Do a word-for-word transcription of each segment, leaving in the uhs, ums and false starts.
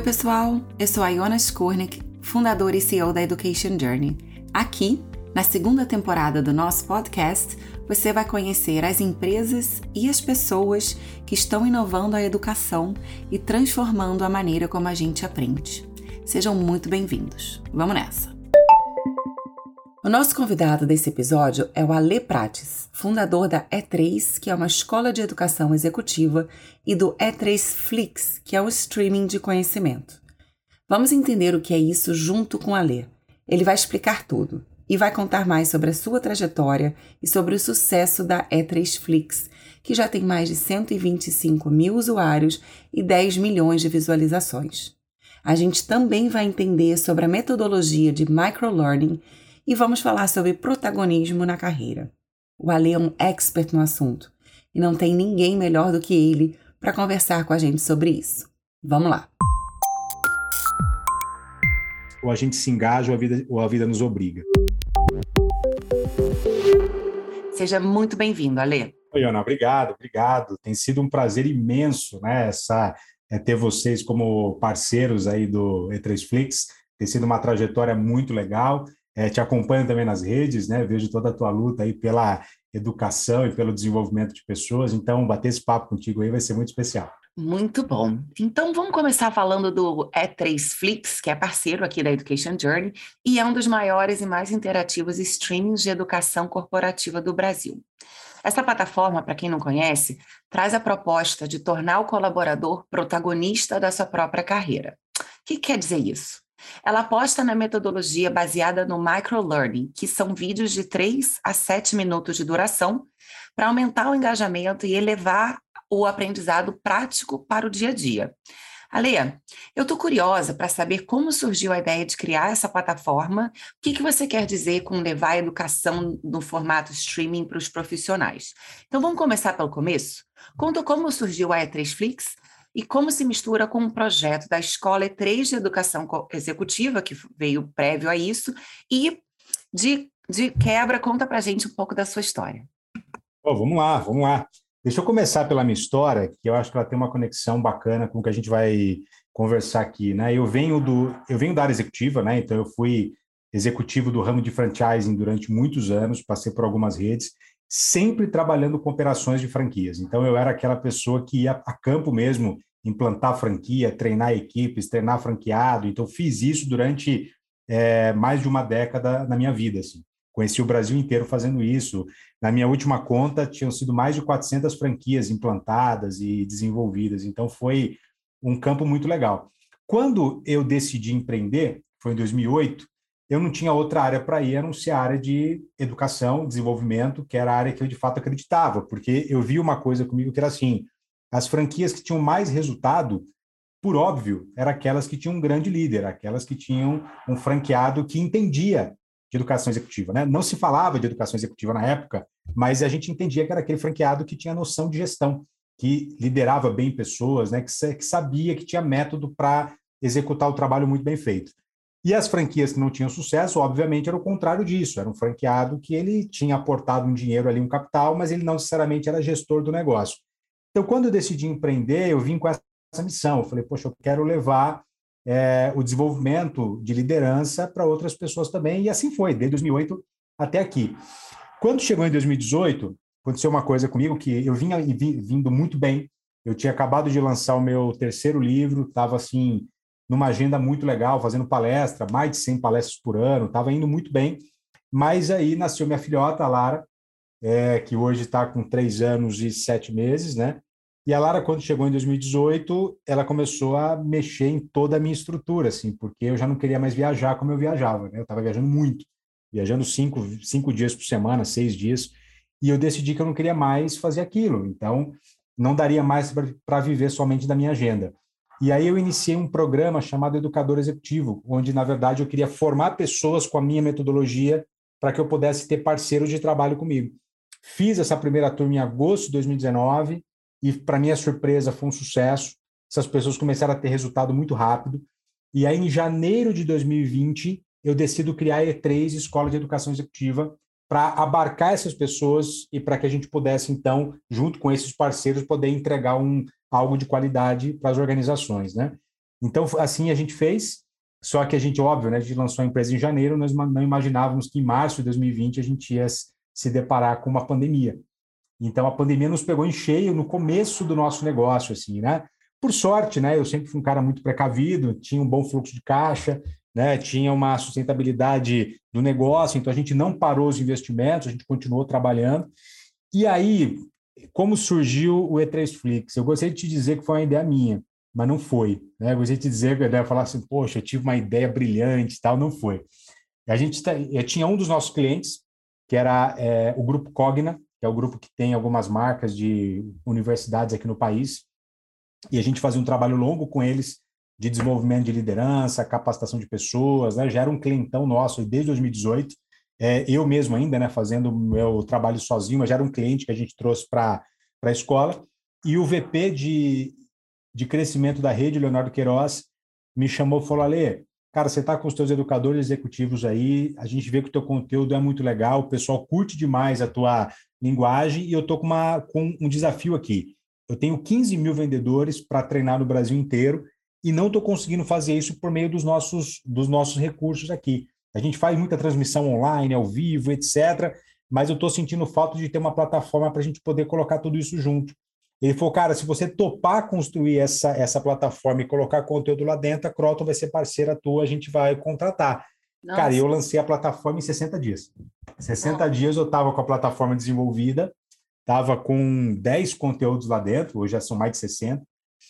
pessoal, eu sou a Iona Skurnik, fundadora e C E O da Education Journey. Aqui, na segunda temporada do nosso podcast, você vai conhecer as empresas e as pessoas que estão inovando a educação e transformando a maneira como a gente aprende. Sejam muito bem-vindos. Vamos nessa! O nosso convidado desse episódio é o Ale Prates, fundador da E três, que é uma escola de educação executiva, e do E três Flix, que é o streaming de conhecimento. Vamos entender o que é isso junto com o Ale. Ele vai explicar tudo e vai contar mais sobre a sua trajetória e sobre o sucesso da E três Flix, que já tem mais de cento e vinte e cinco mil usuários e dez milhões de visualizações. A gente também vai entender sobre a metodologia de microlearning e vamos falar sobre protagonismo na carreira. O Ale é um expert no assunto e não tem ninguém melhor do que ele para conversar com a gente sobre isso. Vamos lá! Ou a gente se engaja ou a vida, ou a vida nos obriga. Seja muito bem-vindo, Ale. Oi, Ana, obrigado, obrigado. Tem sido um prazer imenso, né, essa, é, ter vocês como parceiros aí do E três Flix. Tem sido uma trajetória muito legal. É, te acompanho também nas redes, né? Vejo toda a tua luta aí pela educação e pelo desenvolvimento de pessoas. Então, bater esse papo contigo aí vai ser muito especial. Muito bom. Então, vamos começar falando do E três Flix, que é parceiro aqui da Education Journey e é um dos maiores e mais interativos streamings de educação corporativa do Brasil. Essa plataforma, para quem não conhece, traz a proposta de tornar o colaborador protagonista da sua própria carreira. O que quer dizer isso? Ela aposta na metodologia baseada no microlearning, que são vídeos de três a sete minutos de duração, para aumentar o engajamento e elevar o aprendizado prático para o dia a dia. Ale, eu estou curiosa para saber como surgiu a ideia de criar essa plataforma. O que, que você quer dizer com levar a educação no formato streaming para os profissionais? Então vamos começar pelo começo? Conta como surgiu a E três Flix e como se mistura com um projeto da Escola E três de Educação Executiva, que veio prévio a isso, e de, de quebra, conta para a gente um pouco da sua história. Oh, vamos lá, vamos lá. Deixa eu começar pela minha história, que eu acho que ela tem uma conexão bacana com o que a gente vai conversar aqui, né? Eu venho do, eu venho da área executiva, né? Então eu fui executivo do ramo de franchising durante muitos anos, passei por algumas redes, sempre trabalhando com operações de franquias. Então eu era aquela pessoa que ia a campo mesmo, implantar franquia, treinar equipes, treinar franqueado. Então fiz isso durante é, mais de uma década na minha vida, assim. Conheci o Brasil inteiro fazendo isso. Na minha última conta, tinham sido mais de quatrocentas franquias implantadas e desenvolvidas. Então, foi um campo muito legal. Quando eu decidi empreender, foi em dois mil e oito, eu não tinha outra área para ir, a não ser a área de educação, desenvolvimento, que era a área que eu, de fato, acreditava, porque eu vi uma coisa comigo que era assim, as franquias que tinham mais resultado, por óbvio, eram aquelas que tinham um grande líder, aquelas que tinham um franqueado que entendia de educação executiva, né? Não se falava de educação executiva na época, mas a gente entendia que era aquele franqueado que tinha noção de gestão, que liderava bem pessoas, né? Que, que sabia que tinha método para executar o trabalho muito bem feito. E as franquias que não tinham sucesso, obviamente, era o contrário disso. Era um franqueado que ele tinha aportado um dinheiro ali, um capital, mas ele não necessariamente era gestor do negócio. Então, quando eu decidi empreender, eu vim com essa missão. Eu falei, poxa, eu quero levar É, o desenvolvimento de liderança para outras pessoas também, e assim foi, desde dois mil e oito até aqui. Quando chegou em dois mil e dezoito, aconteceu uma coisa comigo que eu vinha vindo muito bem, eu tinha acabado de lançar o meu terceiro livro, estava assim, numa agenda muito legal, fazendo palestra, mais de cem palestras por ano, estava indo muito bem, mas aí nasceu minha filhota, a Lara, é, que hoje está com três anos e sete meses, né? E a Lara, quando chegou em dois mil e dezoito, ela começou a mexer em toda a minha estrutura, assim, porque eu já não queria mais viajar como eu viajava, né? Eu estava viajando muito, viajando cinco, cinco dias por semana, seis dias, e eu decidi que eu não queria mais fazer aquilo. Então, não daria mais para viver somente da minha agenda. E aí eu iniciei um programa chamado Educador Executivo, onde, na verdade, eu queria formar pessoas com a minha metodologia para que eu pudesse ter parceiros de trabalho comigo. Fiz essa primeira turma em agosto de dois mil e dezenove, e, para minha surpresa, foi um sucesso. Essas pessoas começaram a ter resultado muito rápido. E aí, em janeiro de dois mil e vinte, eu decido criar a E três, Escola de Educação Executiva, para abarcar essas pessoas e para que a gente pudesse, então, junto com esses parceiros, poder entregar um, algo de qualidade para as organizações, né? Então, assim a gente fez, só que a gente, óbvio, né, a gente lançou a empresa em janeiro, nós não imaginávamos que em março de dois mil e vinte a gente ia se deparar com uma pandemia. Então, a pandemia nos pegou em cheio no começo do nosso negócio, assim, né? Por sorte, né? Eu sempre fui um cara muito precavido, tinha um bom fluxo de caixa, né? Tinha uma sustentabilidade do negócio, então a gente não parou os investimentos, a gente continuou trabalhando. E aí, como surgiu o E três Flix? Eu gostaria de te dizer que foi uma ideia minha, mas não foi, né? Eu gostaria de te dizer que eu ia falar assim, poxa, eu tive uma ideia brilhante e tal, não foi. A gente eu tinha um dos nossos clientes, que era é, o Grupo Cogna, que é o grupo que tem algumas marcas de universidades aqui no país, e a gente fazia um trabalho longo com eles de desenvolvimento de liderança, capacitação de pessoas, né? Já era um clientão nosso desde dois mil e dezoito, é, eu mesmo ainda, né, fazendo o meu trabalho sozinho, mas já era um cliente que a gente trouxe para a escola, e o V P de, de crescimento da rede, Leonardo Queiroz, me chamou e falou, Ale, cara, você está com os teus educadores executivos aí, a gente vê que o teu conteúdo é muito legal, o pessoal curte demais a tua linguagem e eu estou com, uma, com um desafio aqui. Eu tenho quinze mil vendedores para treinar no Brasil inteiro e não estou conseguindo fazer isso por meio dos nossos, dos nossos recursos aqui. A gente faz muita transmissão online, ao vivo, etcétera, mas eu estou sentindo falta de ter uma plataforma para a gente poder colocar tudo isso junto. Ele falou, cara, se você topar construir essa, essa plataforma e colocar conteúdo lá dentro, a Croton vai ser parceira tua, a gente vai contratar. Nossa. Cara, eu lancei a plataforma em sessenta dias. sessenta Nossa. Dias eu estava com a plataforma desenvolvida, estava com dez conteúdos lá dentro, hoje já são mais de sessenta,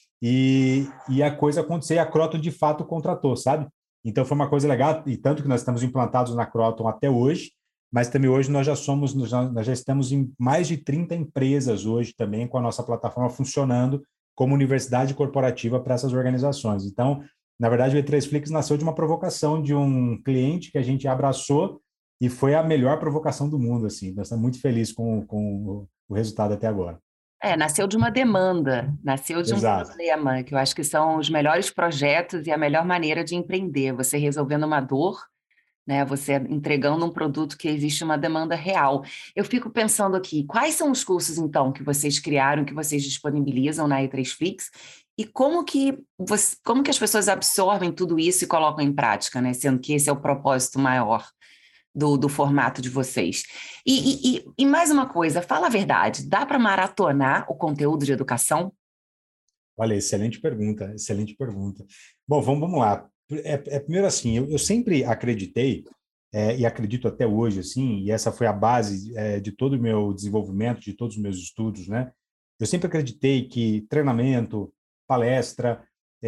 e, e a coisa aconteceu, e a Croton de fato contratou, sabe? Então foi uma coisa legal, e tanto que nós estamos implantados na Croton até hoje, mas também hoje nós já somos, nós já estamos em mais de trinta empresas hoje também com a nossa plataforma funcionando como universidade corporativa para essas organizações. Então, na verdade, o E três Flix nasceu de uma provocação de um cliente que a gente abraçou e foi a melhor provocação do mundo, assim. Nós estamos muito felizes com, com o resultado até agora. É, nasceu de uma demanda, nasceu de um Exato. Problema, que eu acho que são os melhores projetos e a melhor maneira de empreender, você resolvendo uma dor, né? Você entregando um produto que existe uma demanda real. Eu fico pensando aqui, quais são os cursos, então, que vocês criaram, que vocês disponibilizam na E três Flix, e como que, você, como que as pessoas absorvem tudo isso e colocam em prática, né? Sendo que esse é o propósito maior do, do formato de vocês. E, e, e mais uma coisa, fala a verdade, dá para maratonar o conteúdo de educação? Olha, excelente pergunta, excelente pergunta. Bom, vamos, vamos lá. É, é, primeiro assim, eu, eu sempre acreditei, é, e acredito até hoje, assim, e essa foi a base é, de todo o meu desenvolvimento, de todos os meus estudos, né? Eu sempre acreditei que treinamento, palestra,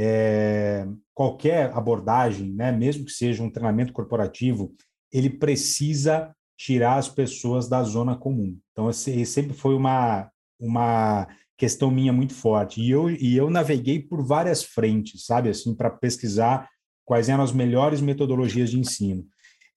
é, qualquer abordagem, né, mesmo que seja um treinamento corporativo, ele precisa tirar as pessoas da zona comum. Então, esse, sempre foi uma, uma questão minha muito forte. E eu, e eu naveguei por várias frentes, sabe, assim, para pesquisar quais eram as melhores metodologias de ensino.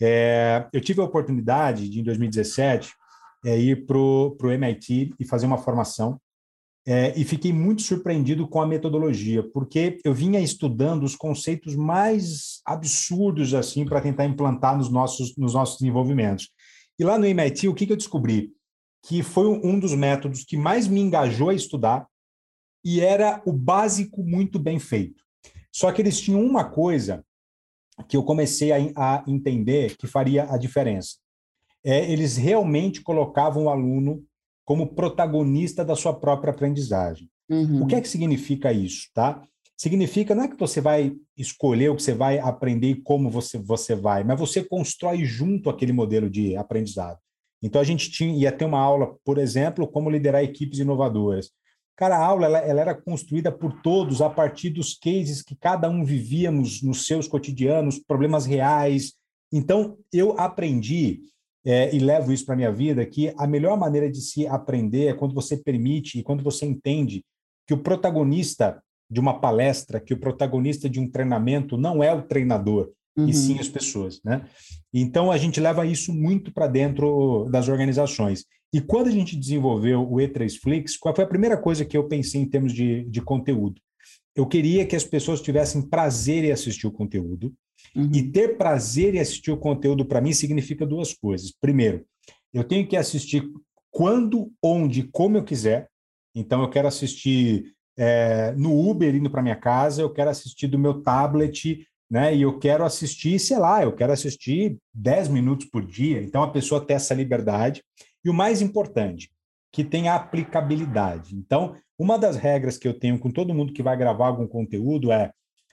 É, eu tive a oportunidade de, em dois mil e dezessete, é, ir para o M I T e fazer uma formação, é, e fiquei muito surpreendido com a metodologia, porque eu vinha estudando os conceitos mais absurdos assim para tentar implantar nos nossos, nos nossos desenvolvimentos. E lá no M I T, o que, que eu descobri? Que foi um dos métodos que mais me engajou a estudar e era o básico muito bem feito. Só que eles tinham uma coisa que eu comecei a, a entender que faria a diferença. É, eles realmente colocavam o aluno como protagonista da sua própria aprendizagem. Uhum. O que é que significa isso, tá? Significa não é que você vai escolher o que você vai aprender e como você, você vai, mas você constrói junto aquele modelo de aprendizado. Então, a gente tinha, ia ter uma aula, por exemplo, como liderar equipes inovadoras. Cara, a aula ela, ela era construída por todos a partir dos cases que cada um vivia nos, nos seus cotidianos, problemas reais. Então, eu aprendi... É, e levo isso para a minha vida, que a melhor maneira de se aprender é quando você permite e quando você entende que o protagonista de uma palestra, que o protagonista de um treinamento não é o treinador, uhum. e sim as pessoas, né? Então, a gente leva isso muito para dentro das organizações. E quando a gente desenvolveu o E três Flix, qual foi a primeira coisa que eu pensei em termos de, de conteúdo? Eu queria que as pessoas tivessem prazer em assistir o conteúdo. Uhum. E ter prazer em assistir o conteúdo, para mim, significa duas coisas. Primeiro, eu tenho que assistir quando, onde, como eu quiser. Então, eu quero assistir é, no Uber indo para minha casa, eu quero assistir do meu tablet, né? E eu quero assistir, sei lá, eu quero assistir dez minutos por dia. Então, a pessoa tem essa liberdade. E o mais importante, que tem a aplicabilidade. Então, uma das regras que eu tenho com todo mundo que vai gravar algum conteúdo é,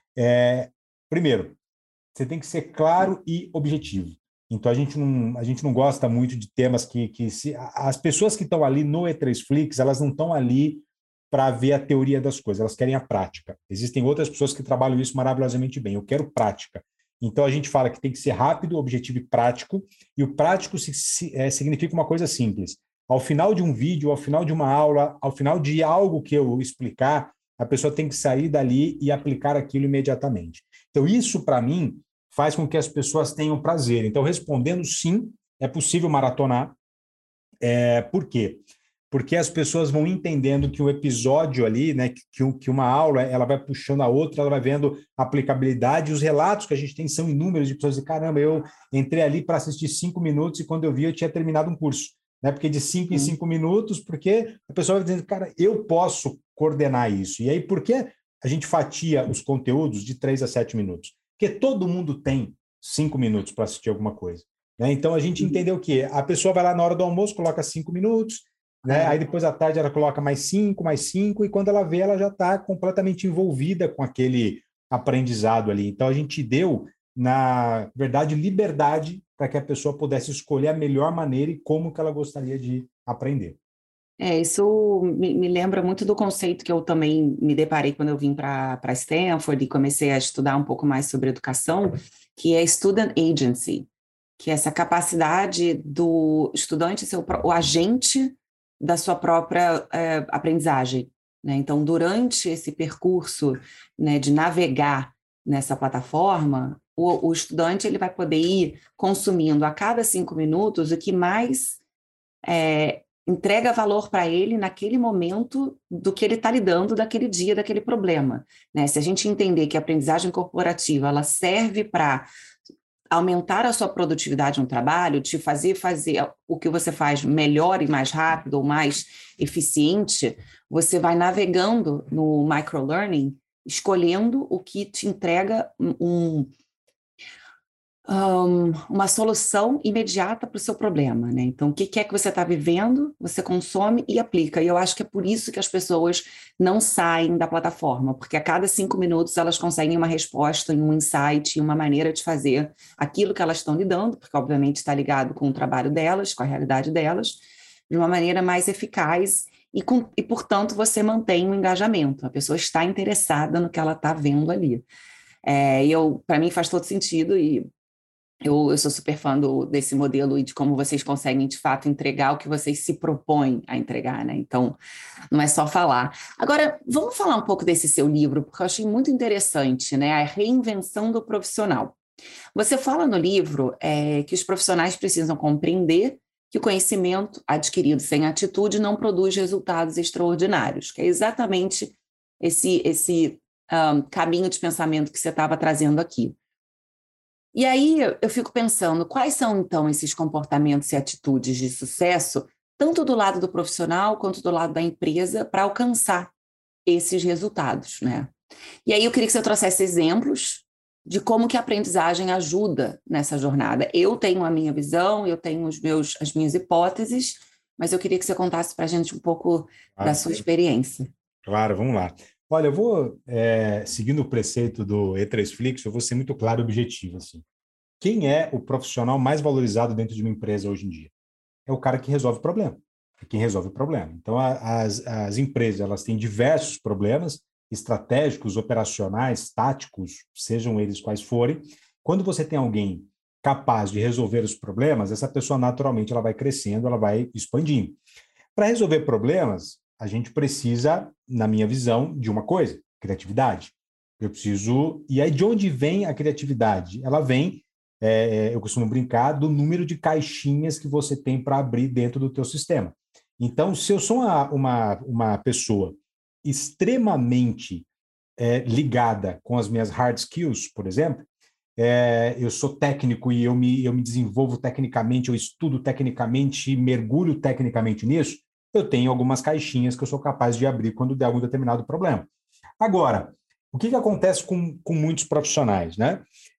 é primeiro, você tem que ser claro e objetivo. Então, a gente não, a gente não gosta muito de temas que... que se, as pessoas que estão ali no E três Flix, elas não estão ali para ver a teoria das coisas, elas querem a prática. Existem outras pessoas que trabalham isso maravilhosamente bem. Eu quero prática. Então, a gente fala que tem que ser rápido, objetivo e prático, e o prático se, se, é, significa uma coisa simples. Ao final de um vídeo, ao final de uma aula, ao final de algo que eu explicar, a pessoa tem que sair dali e aplicar aquilo imediatamente. Então, isso, para mim, faz com que as pessoas tenham prazer. Então, respondendo sim, é possível maratonar. É, por quê? Porque as pessoas vão entendendo que o episódio ali, né, que, que uma aula, ela vai puxando a outra, ela vai vendo a aplicabilidade, os relatos que a gente tem são inúmeros de pessoas que, caramba, eu entrei ali para assistir cinco minutos e quando eu vi eu tinha terminado um curso, né, porque de cinco em cinco minutos, porque a pessoa vai dizendo, cara, eu posso coordenar isso. E aí, por que a gente fatia os conteúdos de três a sete minutos? Porque todo mundo tem cinco minutos para assistir alguma coisa, né? Então, a gente entendeu que a pessoa vai lá na hora do almoço, coloca cinco minutos, né? É. Aí depois à tarde ela coloca mais cinco, mais cinco, e quando ela vê, ela já está completamente envolvida com aquele aprendizado ali. Então, a gente deu, na verdade, liberdade para que a pessoa pudesse escolher a melhor maneira e como que ela gostaria de aprender. É, isso me, me lembra muito do conceito que eu também me deparei quando eu vim para para Stanford e comecei a estudar um pouco mais sobre educação, que é Student Agency, que é essa capacidade do estudante ser o, o agente da sua própria é, aprendizagem, né? Então, durante esse percurso, né, de navegar nessa plataforma, o, o estudante ele vai poder ir consumindo a cada cinco minutos o que mais é, entrega valor para ele naquele momento do que ele está lidando daquele dia, daquele problema, né? Se a gente entender que a aprendizagem corporativa ela serve para aumentar a sua produtividade no trabalho, te fazer fazer o que você faz melhor e mais rápido ou mais eficiente, você vai navegando no microlearning, escolhendo o que te entrega um, um, uma solução imediata para o seu problema, né? Então, o que é que você está vivendo, você consome e aplica. E eu acho que é por isso que as pessoas não saem da plataforma, porque a cada cinco minutos elas conseguem uma resposta, um insight, uma maneira de fazer aquilo que elas estão lidando, porque obviamente está ligado com o trabalho delas, com a realidade delas, de uma maneira mais eficaz e, com, e portanto, você mantém um engajamento. A pessoa está interessada no que ela está vendo ali. É, e eu, para mim faz todo sentido e Eu, eu sou super fã do, desse modelo e de como vocês conseguem, de fato, entregar o que vocês se propõem a entregar, né? Então, não é só falar. Agora, vamos falar um pouco desse seu livro, porque eu achei muito interessante, né? A reinvenção do profissional. Você fala no livro é, que os profissionais precisam compreender que o conhecimento adquirido sem atitude não produz resultados extraordinários, que é exatamente esse, esse um, caminho de pensamento que você estava trazendo aqui. E aí eu fico pensando, quais são então esses comportamentos e atitudes de sucesso, tanto do lado do profissional quanto do lado da empresa, para alcançar esses resultados, né? E aí eu queria que você trouxesse exemplos de como que a aprendizagem ajuda nessa jornada. Eu tenho a minha visão, eu tenho os meus, as minhas hipóteses, mas eu queria que você contasse para a gente um pouco Claro, da sua experiência. Claro, vamos lá. Olha, eu vou, é, seguindo o preceito do E três Flix, eu vou ser muito claro e objetivo, assim. Quem é o profissional mais valorizado dentro de uma empresa hoje em dia? É o cara que resolve o problema. É quem resolve o problema. Então, a, as, as empresas, elas têm diversos problemas estratégicos, operacionais, táticos, sejam eles quais forem. Quando você tem alguém capaz de resolver os problemas, essa pessoa, naturalmente, ela vai crescendo, ela vai expandindo. Para resolver problemas, a gente precisa, na minha visão, de uma coisa, criatividade. Eu preciso... E aí, de onde vem a criatividade? Ela vem, é, eu costumo brincar, do número de caixinhas que você tem para abrir dentro do teu sistema. Então, se eu sou uma, uma, uma pessoa extremamente é, ligada com as minhas hard skills, por exemplo, é, eu sou técnico e eu me, eu me desenvolvo tecnicamente, eu estudo tecnicamente, mergulho tecnicamente nisso, eu tenho algumas caixinhas que eu sou capaz de abrir quando der algum determinado problema. Agora, o que, que acontece com, com muitos profissionais, né?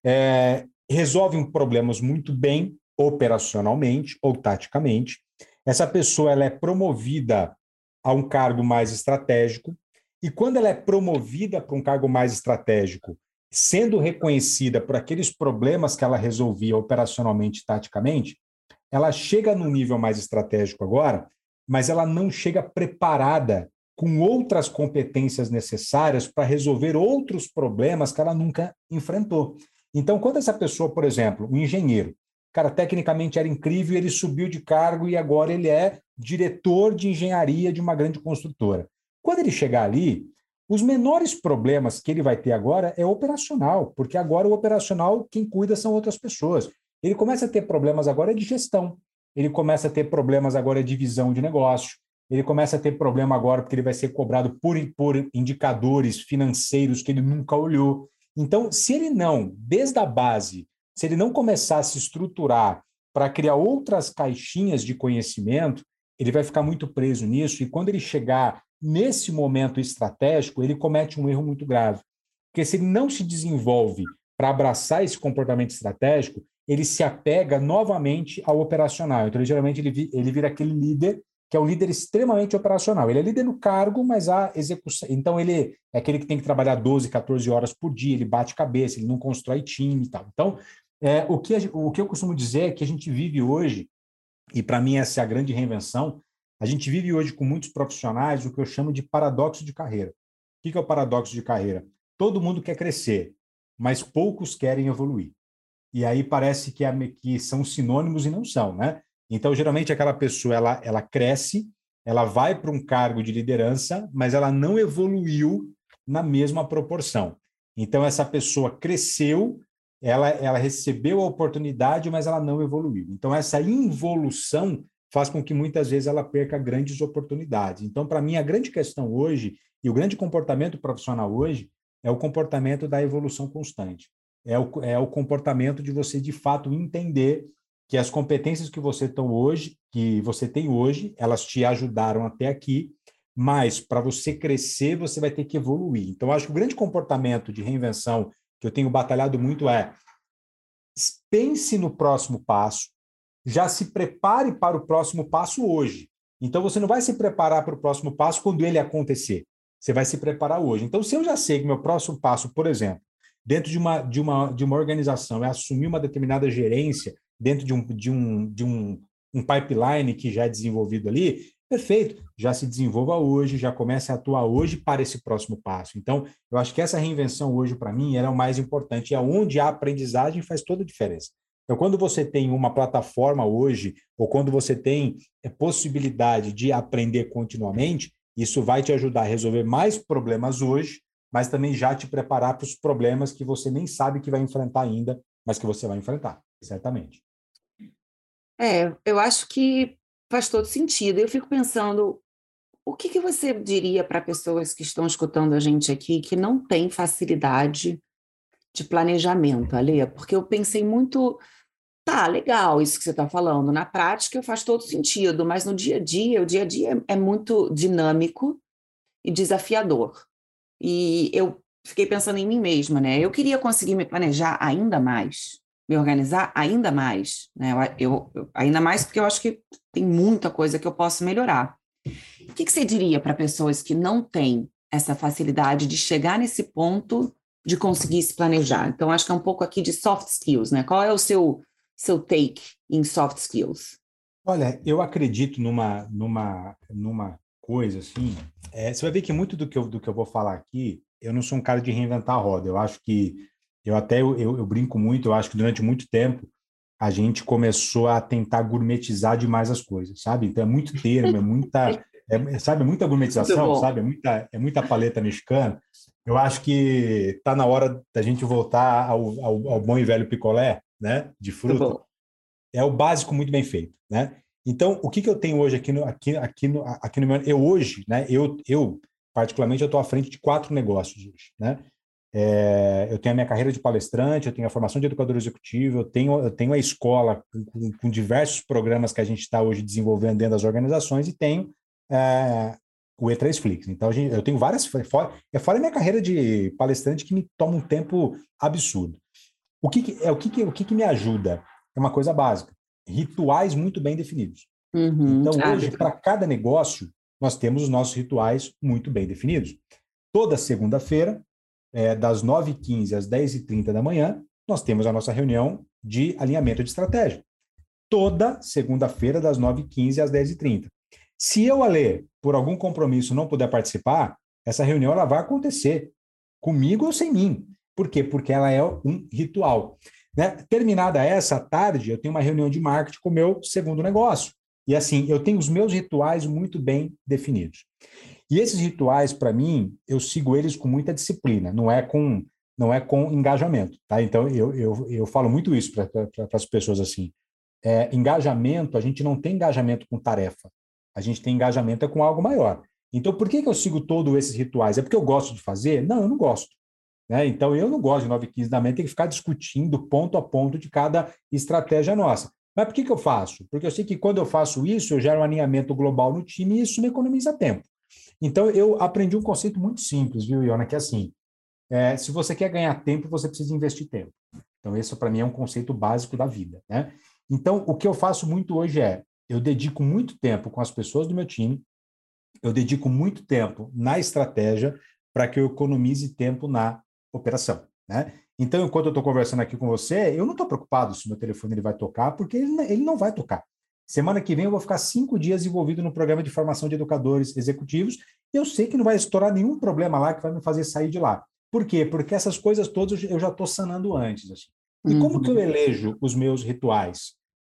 É, resolvem problemas muito bem operacionalmente ou taticamente. Essa pessoa ela é promovida a um cargo mais estratégico, e quando ela é promovida para um cargo mais estratégico, sendo reconhecida por aqueles problemas que ela resolvia operacionalmente e taticamente, ela chega num nível mais estratégico agora, mas ela não chega preparada com outras competências necessárias para resolver outros problemas que ela nunca enfrentou. Então, quando essa pessoa, por exemplo, um engenheiro, cara, tecnicamente era incrível, ele subiu de cargo e agora ele é diretor de engenharia de uma grande construtora. Quando ele chegar ali, os menores problemas que ele vai ter agora é operacional, porque agora o operacional, quem cuida são outras pessoas. Ele começa a ter problemas agora de gestão, ele começa a ter problemas agora de visão de negócio, ele começa a ter problema agora porque ele vai ser cobrado por, por indicadores financeiros que ele nunca olhou. Então, se ele não, desde a base, se ele não começar a se estruturar para criar outras caixinhas de conhecimento, ele vai ficar muito preso nisso, e quando ele chegar nesse momento estratégico, ele comete um erro muito grave. Porque se ele não se desenvolve para abraçar esse comportamento estratégico, ele se apega novamente ao operacional. Então, ele, geralmente, ele, ele vira aquele líder que é um líder extremamente operacional. Ele é líder no cargo, mas a execução... Então, ele é aquele que tem que trabalhar doze, catorze horas por dia, ele bate cabeça, ele não constrói time e tal. Então, é, o, que a, o que eu costumo dizer é que a gente vive hoje, e para mim essa é a grande reinvenção, a gente vive hoje com muitos profissionais o que eu chamo de paradoxo de carreira. O que é o paradoxo de carreira? Todo mundo quer crescer, mas poucos querem evoluir. E aí parece que, é, que são sinônimos e não são, né? Então, geralmente, aquela pessoa, ela, ela cresce, ela vai para um cargo de liderança, mas ela não evoluiu na mesma proporção. Então, essa pessoa cresceu, ela, ela recebeu a oportunidade, mas ela não evoluiu. Então, essa involução faz com que, muitas vezes, ela perca grandes oportunidades. Então, para mim, a grande questão hoje, e o grande comportamento profissional hoje, é o comportamento da evolução constante. É o, é o comportamento de você, de fato, entender que as competências que você tem hoje, que você tem hoje, elas te ajudaram até aqui, mas para você crescer, você vai ter que evoluir. Então, acho que o grande comportamento de reinvenção que eu tenho batalhado muito é: pense no próximo passo, já se prepare para o próximo passo hoje. Então, você não vai se preparar para o próximo passo quando ele acontecer. Você vai se preparar hoje. Então, se eu já sei que meu próximo passo, por exemplo, dentro de uma, de uma, de uma organização, é assumir uma determinada gerência dentro de um, de, um, de um, um pipeline que já é desenvolvido ali, perfeito, já se desenvolva hoje, já comece a atuar hoje para esse próximo passo. Então, eu acho que essa reinvenção hoje, para mim, ela é o mais importante, é onde a aprendizagem faz toda a diferença. Então, quando você tem uma plataforma hoje, ou quando você tem a possibilidade de aprender continuamente, isso vai te ajudar a resolver mais problemas hoje, mas também já te preparar para os problemas que você nem sabe que vai enfrentar ainda, mas que você vai enfrentar, certamente. É, eu acho que faz todo sentido. Eu fico pensando, o que que você diria para pessoas que estão escutando a gente aqui que não têm facilidade de planejamento, Alê? Porque eu pensei muito, tá, legal isso que você está falando, na prática faz todo sentido, mas no dia a dia, o dia a dia é muito dinâmico e desafiador. E eu fiquei pensando em mim mesma, né? Eu queria conseguir me planejar ainda mais, me organizar ainda mais, né? Eu, eu, ainda mais porque eu acho que tem muita coisa que eu posso melhorar. O que que você diria para pessoas que não têm essa facilidade de chegar nesse ponto de conseguir se planejar? Então, acho que é um pouco aqui de soft skills, né? Qual é o seu, seu take em soft skills? Olha, eu acredito numa, numa, numa coisa assim. É, você vai ver que muito do que, eu, do que eu vou falar aqui, eu não sou um cara de reinventar a roda. Eu acho que, eu até eu, eu, eu brinco muito, eu acho que durante muito tempo a gente começou a tentar gourmetizar demais as coisas, sabe? Então é muito termo, é muita, é, sabe, é muita gourmetização, sabe? É muita, é muita paleta mexicana. Eu acho que está na hora da gente voltar ao, ao, ao bom e velho picolé, né? De fruta. É o básico muito bem feito, né? Então, o que, que eu tenho hoje aqui no, aqui, aqui no, aqui no meu... Eu hoje, né? Eu, eu particularmente, eu estou à frente de quatro negócios hoje, né? É, eu tenho a minha carreira de palestrante, eu tenho a formação de educador executivo, eu tenho, eu tenho a escola com, com diversos programas que a gente está hoje desenvolvendo dentro das organizações e tenho é, o E três Flix. Então, a gente, eu tenho várias... Fora, é fora a minha carreira de palestrante que me toma um tempo absurdo. O que, que, é, o que, que, o que, que me ajuda? É uma coisa básica. Rituais muito bem definidos. Uhum, Então, hoje, hábito. para cada negócio, nós temos os nossos rituais muito bem definidos. Toda segunda-feira, é, das nove e quinze às dez e trinta da manhã, nós temos a nossa reunião de alinhamento de estratégia. Toda segunda-feira, das nove e quinze às dez e trinta. Se eu, Ale, por algum compromisso, não puder participar, essa reunião ela vai acontecer, comigo ou sem mim. Por quê? Porque ela é um ritual. Né? Terminada essa tarde, eu tenho uma reunião de marketing com o meu segundo negócio. E assim, eu tenho os meus rituais muito bem definidos. E esses rituais, para mim, eu sigo eles com muita disciplina, não é com, não é com engajamento. Tá? Então, eu, eu, eu falo muito isso para pra, as pessoas assim. É, engajamento, a gente não tem engajamento com tarefa. A gente tem engajamento com algo maior. Então, por que, que eu sigo todos esses rituais? É porque eu gosto de fazer? Não, eu não gosto. Né? Então, eu não gosto de nove e quinze da manhã, tem que ficar discutindo ponto a ponto de cada estratégia nossa. Mas por que, que eu faço? Porque eu sei que quando eu faço isso, eu gero um alinhamento global no time e isso me economiza tempo. Então, eu aprendi um conceito muito simples, viu, Iona, que é assim, é, se você quer ganhar tempo, você precisa investir tempo. Então, esse, para mim, é um conceito básico da vida. Né? Então, o que eu faço muito hoje é, eu dedico muito tempo com as pessoas do meu time, eu dedico muito tempo na estratégia para que eu economize tempo na operação. Né? Então, enquanto eu estou conversando aqui com você, eu não estou preocupado se o meu telefone ele vai tocar, porque ele, ele não vai tocar. Semana que vem eu vou ficar cinco dias envolvido no programa de formação de educadores executivos e eu sei que não vai estourar nenhum problema lá que vai me fazer sair de lá. Por quê? Porque essas coisas todas eu já estou sanando antes. Assim. E uhum. Como que eu elejo os meus rituais?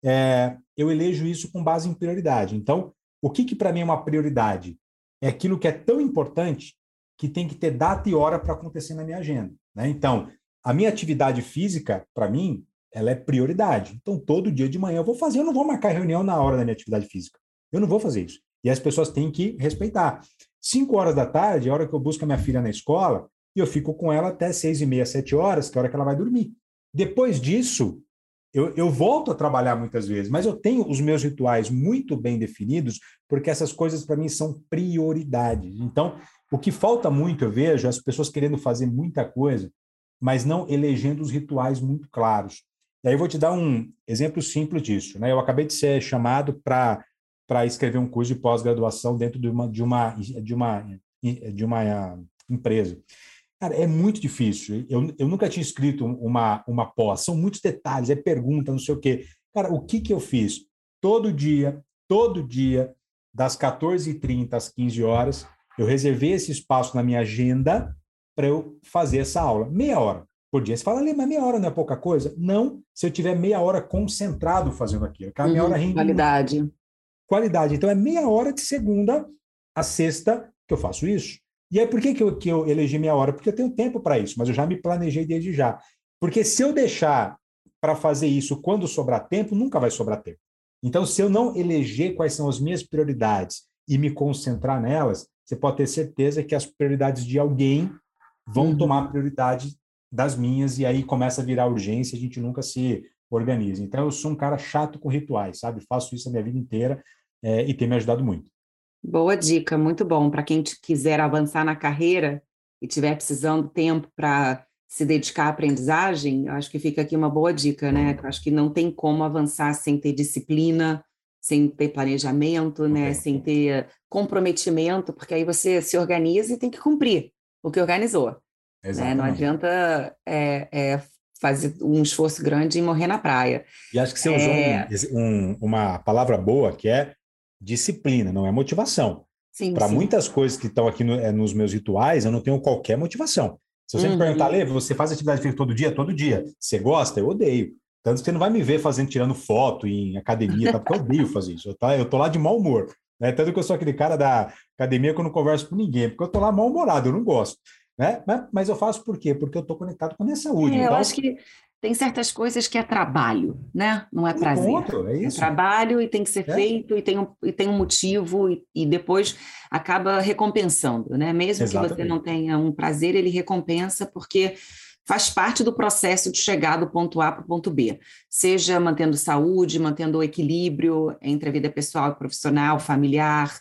É, eu elejo isso com base em prioridade. Então, o que, que para mim é uma prioridade? É aquilo que é tão importante que tem que ter data e hora para acontecer na minha agenda. Né? Então, a minha atividade física, para mim, ela é prioridade. Então, todo dia de manhã eu vou fazer, eu não vou marcar reunião na hora da minha atividade física. Eu não vou fazer isso. E as pessoas têm que respeitar. Cinco horas da tarde é a hora que eu busco a minha filha na escola e eu fico com ela até seis e meia, sete horas, que é a hora que ela vai dormir. Depois disso, eu, eu volto a trabalhar muitas vezes, mas eu tenho os meus rituais muito bem definidos, porque essas coisas, para mim, são prioridades. Então, o que falta muito, eu vejo, as pessoas querendo fazer muita coisa, mas não elegendo os rituais muito claros. E aí eu vou te dar um exemplo simples disso. Né? Eu acabei de ser chamado para para escrever um curso de pós-graduação dentro de uma, de uma, de uma, de uma empresa. Cara, é muito difícil. Eu, eu nunca tinha escrito uma, uma pós. São muitos detalhes, é pergunta, não sei o quê. Cara, o que, que eu fiz? Todo dia, todo dia, das quatorze e trinta às quinze horas, eu reservei esse espaço na minha agenda para eu fazer essa aula. Meia hora por dia. Você fala, ali, mas meia hora não é pouca coisa? Não, se eu tiver meia hora concentrado fazendo aquilo. Aquela meia uhum, hora rende qualidade. Muito. Qualidade. Então, é meia hora de segunda a sexta que eu faço isso. E aí, por que, que, eu, que eu elegi meia hora? Porque eu tenho tempo para isso, mas eu já me planejei desde já. Porque se eu deixar para fazer isso quando sobrar tempo, nunca vai sobrar tempo. Então, se eu não eleger quais são as minhas prioridades e me concentrar nelas, você pode ter certeza que as prioridades de alguém vão uhum. tomar prioridade das minhas e aí começa a virar urgência e a gente nunca se organiza. Então, eu sou um cara chato com rituais, sabe? Faço isso a minha vida inteira é, e tem me ajudado muito. Boa dica, muito bom. Para quem quiser avançar na carreira e estiver precisando tempo para se dedicar à aprendizagem, eu acho que fica aqui uma boa dica, né? Eu acho que não tem como avançar sem ter disciplina, sem ter planejamento, né? Okay. Sem ter comprometimento, porque aí você se organiza e tem que cumprir o que organizou. Né? Não adianta é, é, fazer um esforço grande e morrer na praia. E acho que você é... usou um, um, uma palavra boa, que é disciplina, não é motivação. Para muitas coisas que estão aqui no, é, nos meus rituais, eu não tenho qualquer motivação. Se você uhum. me perguntar, Lê, você faz atividade física todo dia? Todo dia. Você gosta? Eu odeio. Tanto que você não vai me ver fazendo, tirando foto em academia, tá? Porque eu odeio fazer isso. Eu, tá? eu tô lá de mau humor. Né? Tanto que eu sou aquele cara da academia que eu não converso com ninguém, porque eu tô lá mal-humorado, eu não gosto. Né? Mas, mas eu faço por quê? Porque eu estou conectado com a minha saúde. É, então... Eu acho que tem certas coisas que é trabalho, né? Não é prazer. Ponto, é, isso. É trabalho e tem que ser é. feito e tem um, e tem um motivo e, e depois acaba recompensando, né? Mesmo Exatamente. que você não tenha um prazer, ele recompensa porque faz parte do processo de chegar do ponto A para o ponto B. Seja mantendo saúde, mantendo o equilíbrio entre a vida pessoal e profissional, familiar,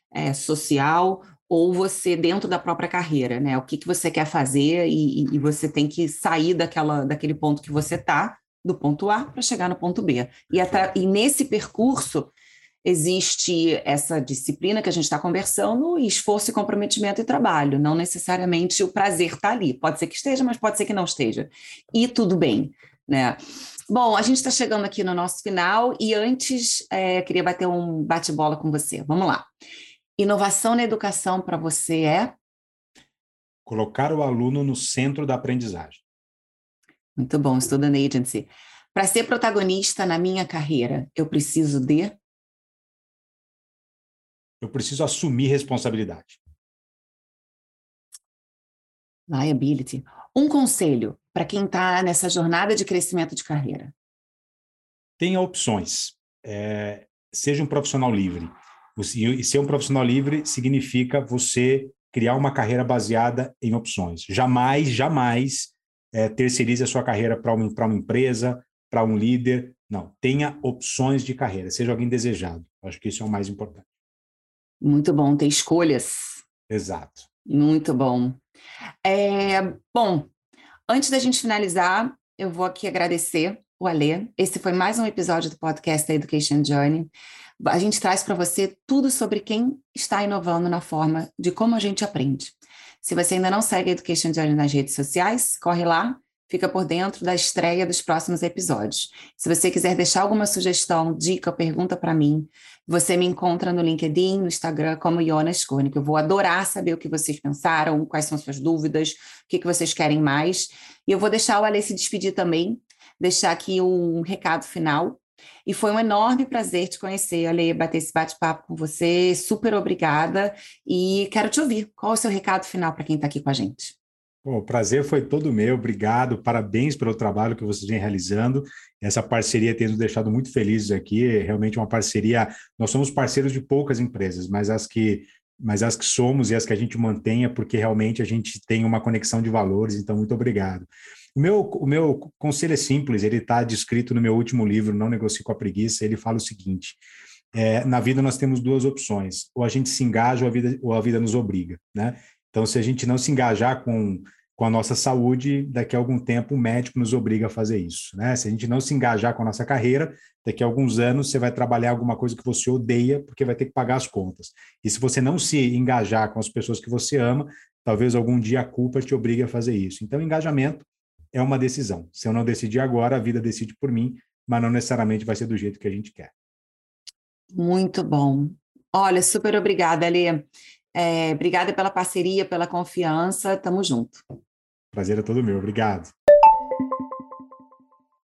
é, social, ou você dentro da própria carreira, né? O que, que você quer fazer e, e você tem que sair daquela, daquele ponto que você está, do ponto A, para chegar no ponto B. E, até, e nesse percurso existe essa disciplina que a gente está conversando, e esforço e comprometimento e trabalho. Não necessariamente o prazer está ali. Pode ser que esteja, mas pode ser que não esteja. E tudo bem, né? Bom, a gente está chegando aqui no nosso final e antes é, queria bater um bate-bola com você. Vamos lá. Inovação na educação para você é? Colocar o aluno no centro da aprendizagem. Muito bom, Student Agency. Para ser protagonista na minha carreira, eu preciso de? Eu preciso assumir responsabilidade. Liability. Um conselho para quem está nessa jornada de crescimento de carreira. Tenha opções. É, seja um profissional livre. E ser um profissional livre significa você criar uma carreira baseada em opções. Jamais, jamais é, terceirize a sua carreira para uma, para uma empresa, para um líder. Não, tenha opções de carreira. Seja alguém desejado. Acho que isso é o mais importante. Muito bom ter escolhas. Exato. Muito bom. É, bom, antes da gente finalizar, eu vou aqui agradecer o Alê. Esse foi mais um episódio do podcast da Education Journey. A gente traz para você tudo sobre quem está inovando na forma de como a gente aprende. Se você ainda não segue a Education Journey nas redes sociais, corre lá, fica por dentro da estreia dos próximos episódios. Se você quiser deixar alguma sugestão, dica, pergunta para mim, você me encontra no LinkedIn, no Instagram, como Iona Skurnik. Eu vou adorar saber o que vocês pensaram, quais são suas dúvidas, o que, que vocês querem mais. E eu vou deixar o Alê se despedir também, deixar aqui um recado final. E foi um enorme prazer te conhecer, Alê, bater esse bate-papo com você. Super obrigada. E quero te ouvir. Qual é o seu recado final para quem está aqui com a gente? Bom, o prazer foi todo meu, obrigado, parabéns pelo trabalho que vocês vêm realizando. Essa parceria tem nos deixado muito felizes aqui, é realmente uma parceria. Nós somos parceiros de poucas empresas, mas as que, mas as que somos e as que a gente mantém é porque realmente a gente tem uma conexão de valores, então muito obrigado. O meu, o meu conselho é simples, ele está descrito no meu último livro, Não Negocie com a Preguiça, ele fala o seguinte: é, na vida nós temos duas opções, ou a gente se engaja ou a vida, ou a vida nos obriga, né? Então, se a gente não se engajar com, com a nossa saúde, daqui a algum tempo o médico nos obriga a fazer isso, né? Se a gente não se engajar com a nossa carreira, daqui a alguns anos você vai trabalhar alguma coisa que você odeia, porque vai ter que pagar as contas. E se você não se engajar com as pessoas que você ama, talvez algum dia a culpa te obrigue a fazer isso. Então, engajamento é uma decisão. Se eu não decidir agora, a vida decide por mim, mas não necessariamente vai ser do jeito que a gente quer. Muito bom. Olha, super obrigada, Alê. É, obrigada pela parceria, pela confiança. Tamo junto. Prazer é todo meu. Obrigado.